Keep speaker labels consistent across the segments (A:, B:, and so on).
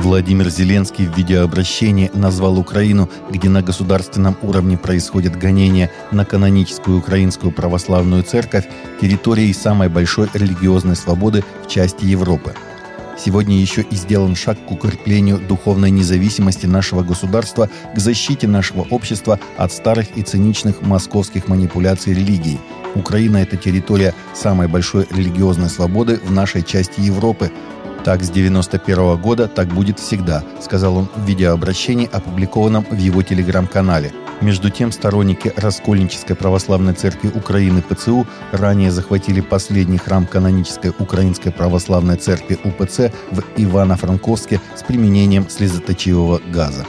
A: Владимир Зеленский в видеообращении назвал Украину, где на государственном уровне происходят гонения на каноническую украинскую православную церковь, территорией самой большой религиозной свободы в части Европы. Сегодня еще и сделан шаг к укреплению духовной независимости нашего государства, к защите нашего общества от старых и циничных московских манипуляций религией. Украина – это территория самой большой религиозной свободы в нашей части Европы. Так с 1991 года, так будет всегда, сказал он в видеообращении, опубликованном в его телеграм-канале. Между тем, сторонники Раскольнической православной церкви Украины ПЦУ ранее захватили последний храм канонической Украинской православной церкви УПЦ в Ивано-Франковске с применением слезоточивого газа.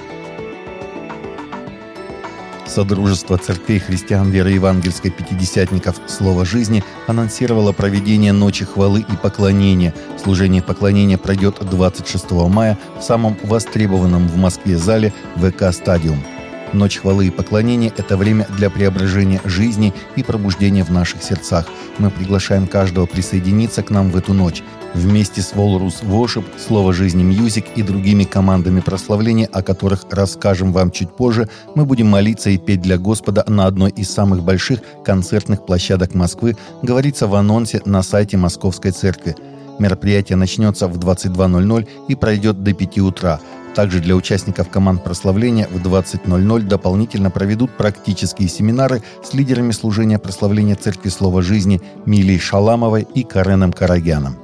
A: Содружество церквей христиан веры евангельской пятидесятников «Слово жизни» анонсировало проведение Ночи хвалы и поклонения. Служение поклонения пройдет 26 мая в самом востребованном в Москве зале ВК «Стадиум». Ночь хвалы и поклонения – это время для преображения жизни и пробуждения в наших сердцах. Мы приглашаем каждого присоединиться к нам в эту ночь. Вместе с Walrus Worship, Слово жизни Music и другими командами прославления, о которых расскажем вам чуть позже, мы будем молиться и петь для Господа на одной из самых больших концертных площадок Москвы, говорится в анонсе на сайте Московской церкви. Мероприятие начнется в 22:00 и пройдет до 5 утра. Также для участников команд прославления в 20:00 дополнительно проведут практические семинары с лидерами служения прославления Церкви Слова Жизни Милей Шаламовой и Кареном Карагяном.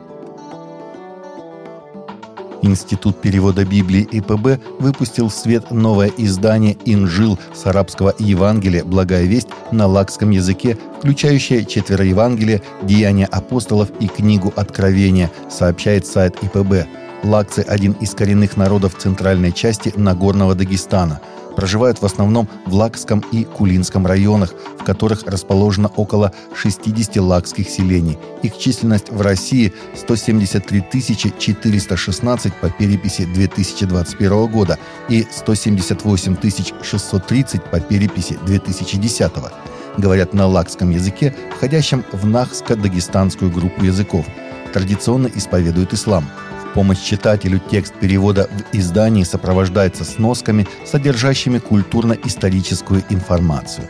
A: Институт перевода Библии ИПБ выпустил в свет новое издание «Инжил» с арабского Евангелия «Благая весть» на лакском языке, включающее 4 Евангелия, Деяния апостолов и книгу Откровения, сообщает сайт ИПБ. Лакцы – один из коренных народов центральной части Нагорного Дагестана. Проживают в основном в Лакском и Кулинском районах, в которых расположено около 60 лакских селений. Их численность в России – 173 416 по переписи 2021 года и 178 630 по переписи 2010 года. Говорят на лакском языке, входящем в нахско-дагестанскую группу языков. Традиционно исповедуют ислам. В помощь читателю текст перевода в издании сопровождается сносками, содержащими культурно-историческую информацию.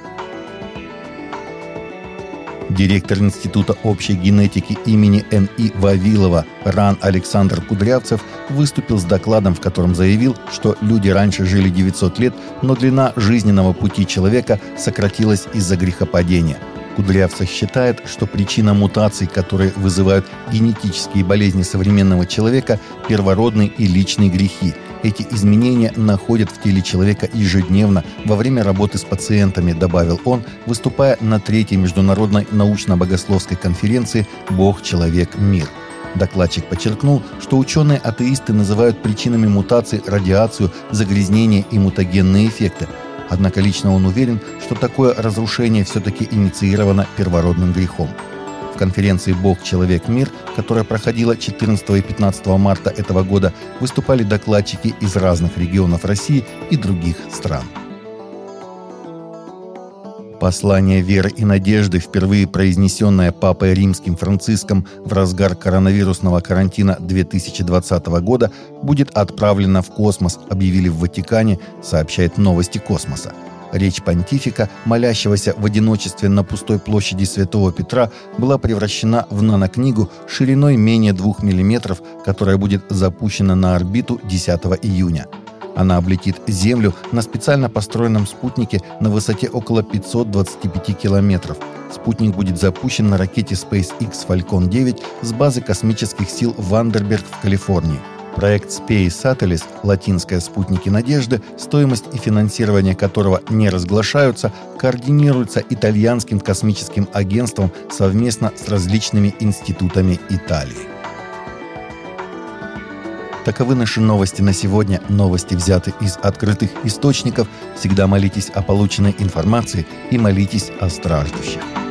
A: Директор Института общей генетики имени Н.И. Вавилова РАН Александр Кудрявцев выступил с докладом, в котором заявил, что люди раньше жили 900 лет, но длина жизненного пути человека сократилась из-за грехопадения. Кудрявцев считает, что причина мутаций, которые вызывают генетические болезни современного человека, первородные и личные грехи. Эти изменения находят в теле человека ежедневно во время работы с пациентами, добавил он, выступая на 3-й международной научно-богословской конференции «Бог, человек, мир». Докладчик подчеркнул, что ученые-атеисты называют причинами мутаций радиацию, загрязнение и мутагенные эффекты. Однако лично он уверен, что такое разрушение все-таки инициировано первородным грехом. В конференции «Бог, человек, мир», которая проходила 14 и 15 марта этого года, выступали докладчики из разных регионов России и других стран. Послание веры и надежды, впервые произнесенное Папой Римским Франциском в разгар коронавирусного карантина 2020 года, будет отправлено в космос, объявили в Ватикане, сообщает «Новости космоса». Речь понтифика, молящегося в одиночестве на пустой площади Святого Петра, была превращена в нанокнигу шириной менее 2 мм, которая будет запущена на орбиту 10 июня. Она облетит Землю на специально построенном спутнике на высоте около 525 километров. Спутник будет запущен на ракете SpaceX Falcon 9 с базы космических сил Вандерберг в Калифорнии. Проект Space Satellites, латинское «Спутники надежды», стоимость и финансирование которого не разглашаются, координируется итальянским космическим агентством совместно с различными институтами Италии. Таковы наши новости на сегодня. Новости взяты из открытых источников. Всегда молитесь о полученной информации и молитесь о страждущих.